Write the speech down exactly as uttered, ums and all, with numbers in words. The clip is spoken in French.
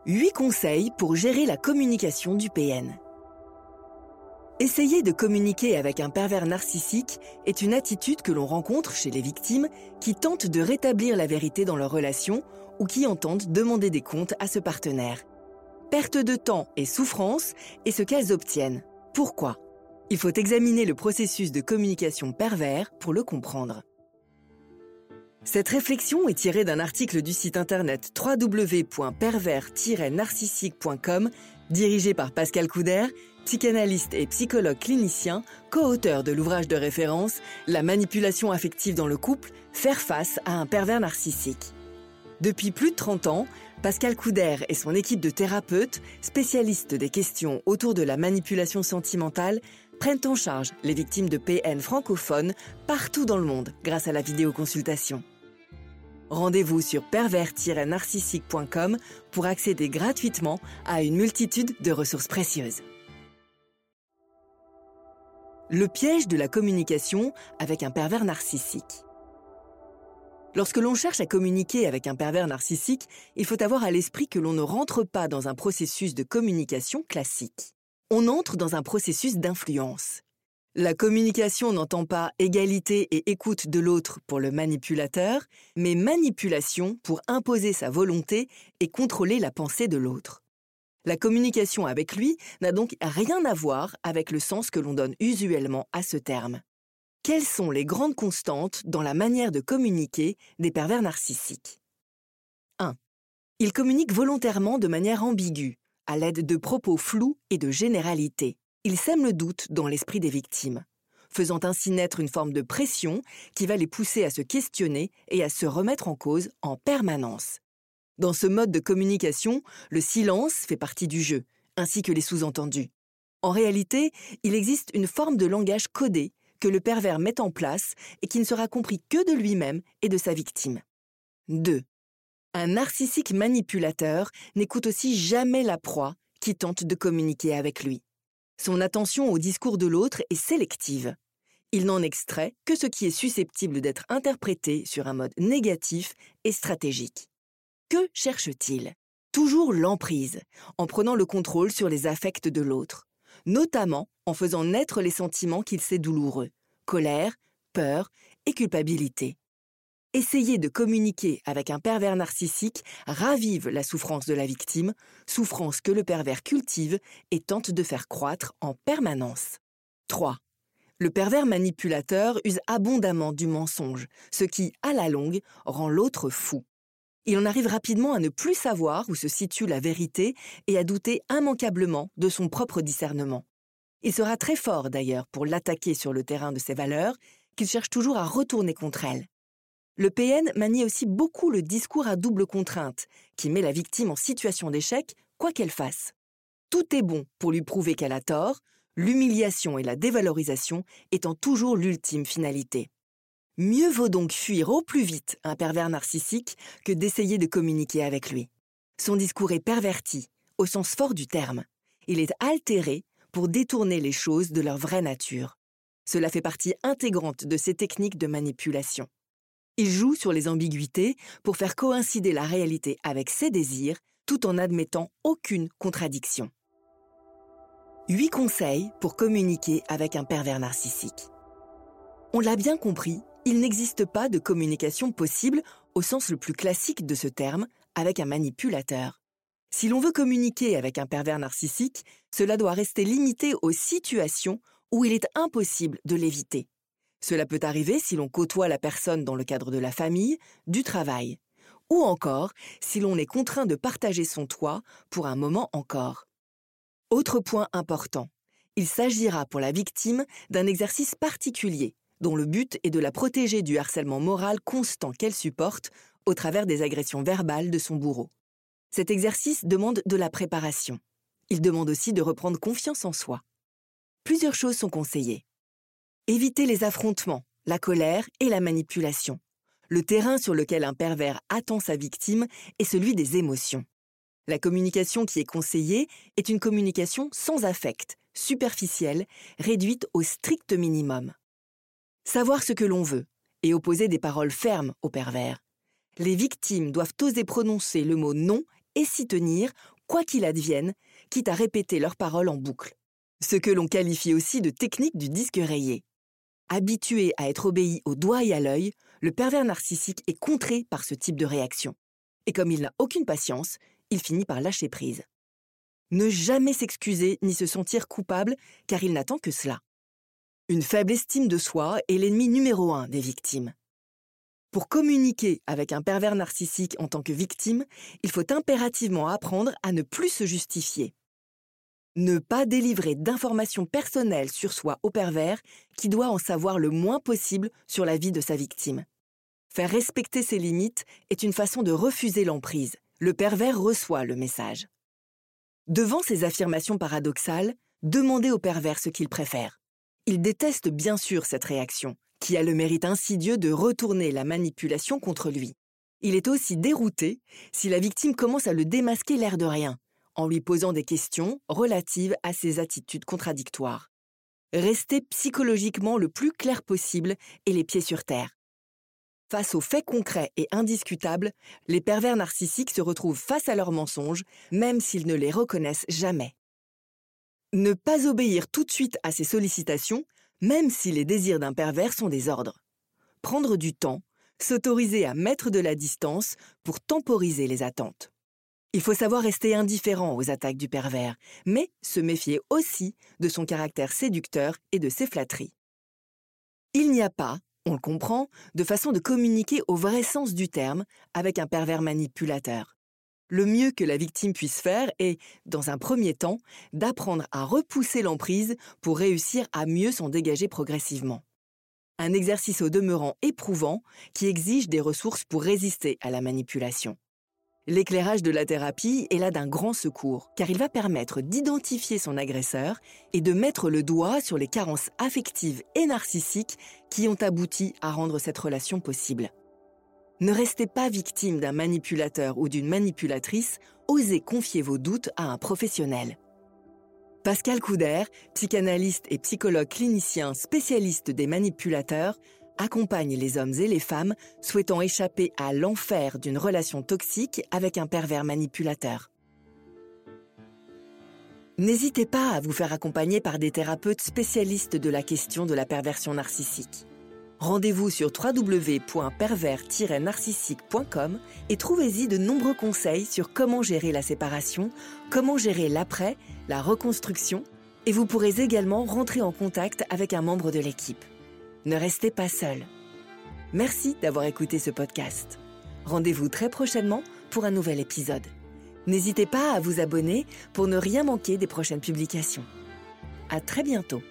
huit conseils pour gérer la communication du P N. Essayer de communiquer avec un pervers narcissique est une attitude que l'on rencontre chez les victimes qui tentent de rétablir la vérité dans leur relation ou qui entendent demander des comptes à ce partenaire. Perte de temps et souffrance est ce qu'elles obtiennent. Pourquoi ? Il faut examiner le processus de communication pervers pour le comprendre. Cette réflexion est tirée d'un article du site internet w w w point pervers tiret narcissique point com dirigé par Pascal Couder, psychanalyste et psychologue clinicien, co-auteur de l'ouvrage de référence « La manipulation affective dans le couple, faire face à un pervers narcissique ». Depuis plus de trente ans, Pascal Couder et son équipe de thérapeutes, spécialistes des questions autour de la manipulation sentimentale, prennent en charge les victimes de P N francophones partout dans le monde grâce à la vidéoconsultation. Rendez-vous sur pervers tiret narcissique point com pour accéder gratuitement à une multitude de ressources précieuses. Le piège de la communication avec un pervers narcissique. Lorsque l'on cherche à communiquer avec un pervers narcissique, il faut avoir à l'esprit que l'on ne rentre pas dans un processus de communication classique. On entre dans un processus d'influence. La communication n'entend pas égalité et écoute de l'autre pour le manipulateur, mais manipulation pour imposer sa volonté et contrôler la pensée de l'autre. La communication avec lui n'a donc rien à voir avec le sens que l'on donne usuellement à ce terme. Quelles sont les grandes constantes dans la manière de communiquer des pervers narcissiques ? un. Ils communiquent volontairement de manière ambiguë, à l'aide de propos flous et de généralités. Ils sèment le doute dans l'esprit des victimes, faisant ainsi naître une forme de pression qui va les pousser à se questionner et à se remettre en cause en permanence. Dans ce mode de communication, le silence fait partie du jeu, ainsi que les sous-entendus. En réalité, il existe une forme de langage codé que le pervers met en place et qui ne sera compris que de lui-même et de sa victime. deux. Un narcissique manipulateur n'écoute aussi jamais la proie qui tente de communiquer avec lui. Son attention au discours de l'autre est sélective. Il n'en extrait que ce qui est susceptible d'être interprété sur un mode négatif et stratégique. Que cherche-t-il ? Toujours l'emprise, en prenant le contrôle sur les affects de l'autre, notamment en faisant naître les sentiments qu'il sait douloureux, colère, peur et culpabilité. Essayer de communiquer avec un pervers narcissique ravive la souffrance de la victime, souffrance que le pervers cultive et tente de faire croître en permanence. trois. Le pervers manipulateur use abondamment du mensonge, ce qui, à la longue, rend l'autre fou. Il en arrive rapidement à ne plus savoir où se situe la vérité et à douter immanquablement de son propre discernement. Il sera très fort d'ailleurs pour l'attaquer sur le terrain de ses valeurs, qu'il cherche toujours à retourner contre elle. Le P N manie aussi beaucoup le discours à double contrainte, qui met la victime en situation d'échec, quoi qu'elle fasse. Tout est bon pour lui prouver qu'elle a tort, l'humiliation et la dévalorisation étant toujours l'ultime finalité. Mieux vaut donc fuir au plus vite un pervers narcissique que d'essayer de communiquer avec lui. Son discours est perverti, au sens fort du terme. Il est altéré pour détourner les choses de leur vraie nature. Cela fait partie intégrante de ces techniques de manipulation. Il joue sur les ambiguïtés pour faire coïncider la réalité avec ses désirs, tout en n'admettant aucune contradiction. Huit conseils pour communiquer avec un pervers narcissique. On l'a bien compris, il n'existe pas de communication possible, au sens le plus classique de ce terme, avec un manipulateur. Si l'on veut communiquer avec un pervers narcissique, cela doit rester limité aux situations où il est impossible de l'éviter. Cela peut arriver si l'on côtoie la personne dans le cadre de la famille, du travail, ou encore si l'on est contraint de partager son toit pour un moment encore. Autre point important, il s'agira pour la victime d'un exercice particulier, dont le but est de la protéger du harcèlement moral constant qu'elle supporte au travers des agressions verbales de son bourreau. Cet exercice demande de la préparation. Il demande aussi de reprendre confiance en soi. Plusieurs choses sont conseillées. Éviter les affrontements, la colère et la manipulation. Le terrain sur lequel un pervers attend sa victime est celui des émotions. La communication qui est conseillée est une communication sans affect, superficielle, réduite au strict minimum. Savoir ce que l'on veut et opposer des paroles fermes au pervers. Les victimes doivent oser prononcer le mot « non » et s'y tenir, quoi qu'il advienne, quitte à répéter leurs paroles en boucle. Ce que l'on qualifie aussi de technique du disque rayé. Habitué à être obéi au doigt et à l'œil, le pervers narcissique est contré par ce type de réaction. Et comme il n'a aucune patience, il finit par lâcher prise. Ne jamais s'excuser ni se sentir coupable, car il n'attend que cela. Une faible estime de soi est l'ennemi numéro un des victimes. Pour communiquer avec un pervers narcissique en tant que victime, il faut impérativement apprendre à ne plus se justifier. Ne pas délivrer d'informations personnelles sur soi au pervers qui doit en savoir le moins possible sur la vie de sa victime. Faire respecter ses limites est une façon de refuser l'emprise. Le pervers reçoit le message. Devant ces affirmations paradoxales, demandez au pervers ce qu'il préfère. Il déteste bien sûr cette réaction, qui a le mérite insidieux de retourner la manipulation contre lui. Il est aussi dérouté si la victime commence à le démasquer l'air de rien, en lui posant des questions relatives à ses attitudes contradictoires. Restez psychologiquement le plus clair possible et les pieds sur terre. Face aux faits concrets et indiscutables, les pervers narcissiques se retrouvent face à leurs mensonges, même s'ils ne les reconnaissent jamais. Ne pas obéir tout de suite à ces sollicitations, même si les désirs d'un pervers sont des ordres. Prendre du temps, s'autoriser à mettre de la distance pour temporiser les attentes. Il faut savoir rester indifférent aux attaques du pervers, mais se méfier aussi de son caractère séducteur et de ses flatteries. Il n'y a pas, on le comprend, de façon de communiquer au vrai sens du terme avec un pervers manipulateur. Le mieux que la victime puisse faire est, dans un premier temps, d'apprendre à repousser l'emprise pour réussir à mieux s'en dégager progressivement. Un exercice au demeurant éprouvant qui exige des ressources pour résister à la manipulation. L'éclairage de la thérapie est là d'un grand secours, car il va permettre d'identifier son agresseur et de mettre le doigt sur les carences affectives et narcissiques qui ont abouti à rendre cette relation possible. Ne restez pas victime d'un manipulateur ou d'une manipulatrice, osez confier vos doutes à un professionnel. Pascal Couder, psychanalyste et psychologue clinicien spécialiste des manipulateurs, accompagne les hommes et les femmes souhaitant échapper à l'enfer d'une relation toxique avec un pervers manipulateur. N'hésitez pas à vous faire accompagner par des thérapeutes spécialistes de la question de la perversion narcissique. Rendez-vous sur w w w point pervers tiret narcissique point com et trouvez-y de nombreux conseils sur comment gérer la séparation, comment gérer l'après, la reconstruction, et vous pourrez également rentrer en contact avec un membre de l'équipe. Ne restez pas seul. Merci d'avoir écouté ce podcast. Rendez-vous très prochainement pour un nouvel épisode. N'hésitez pas à vous abonner pour ne rien manquer des prochaines publications. À très bientôt.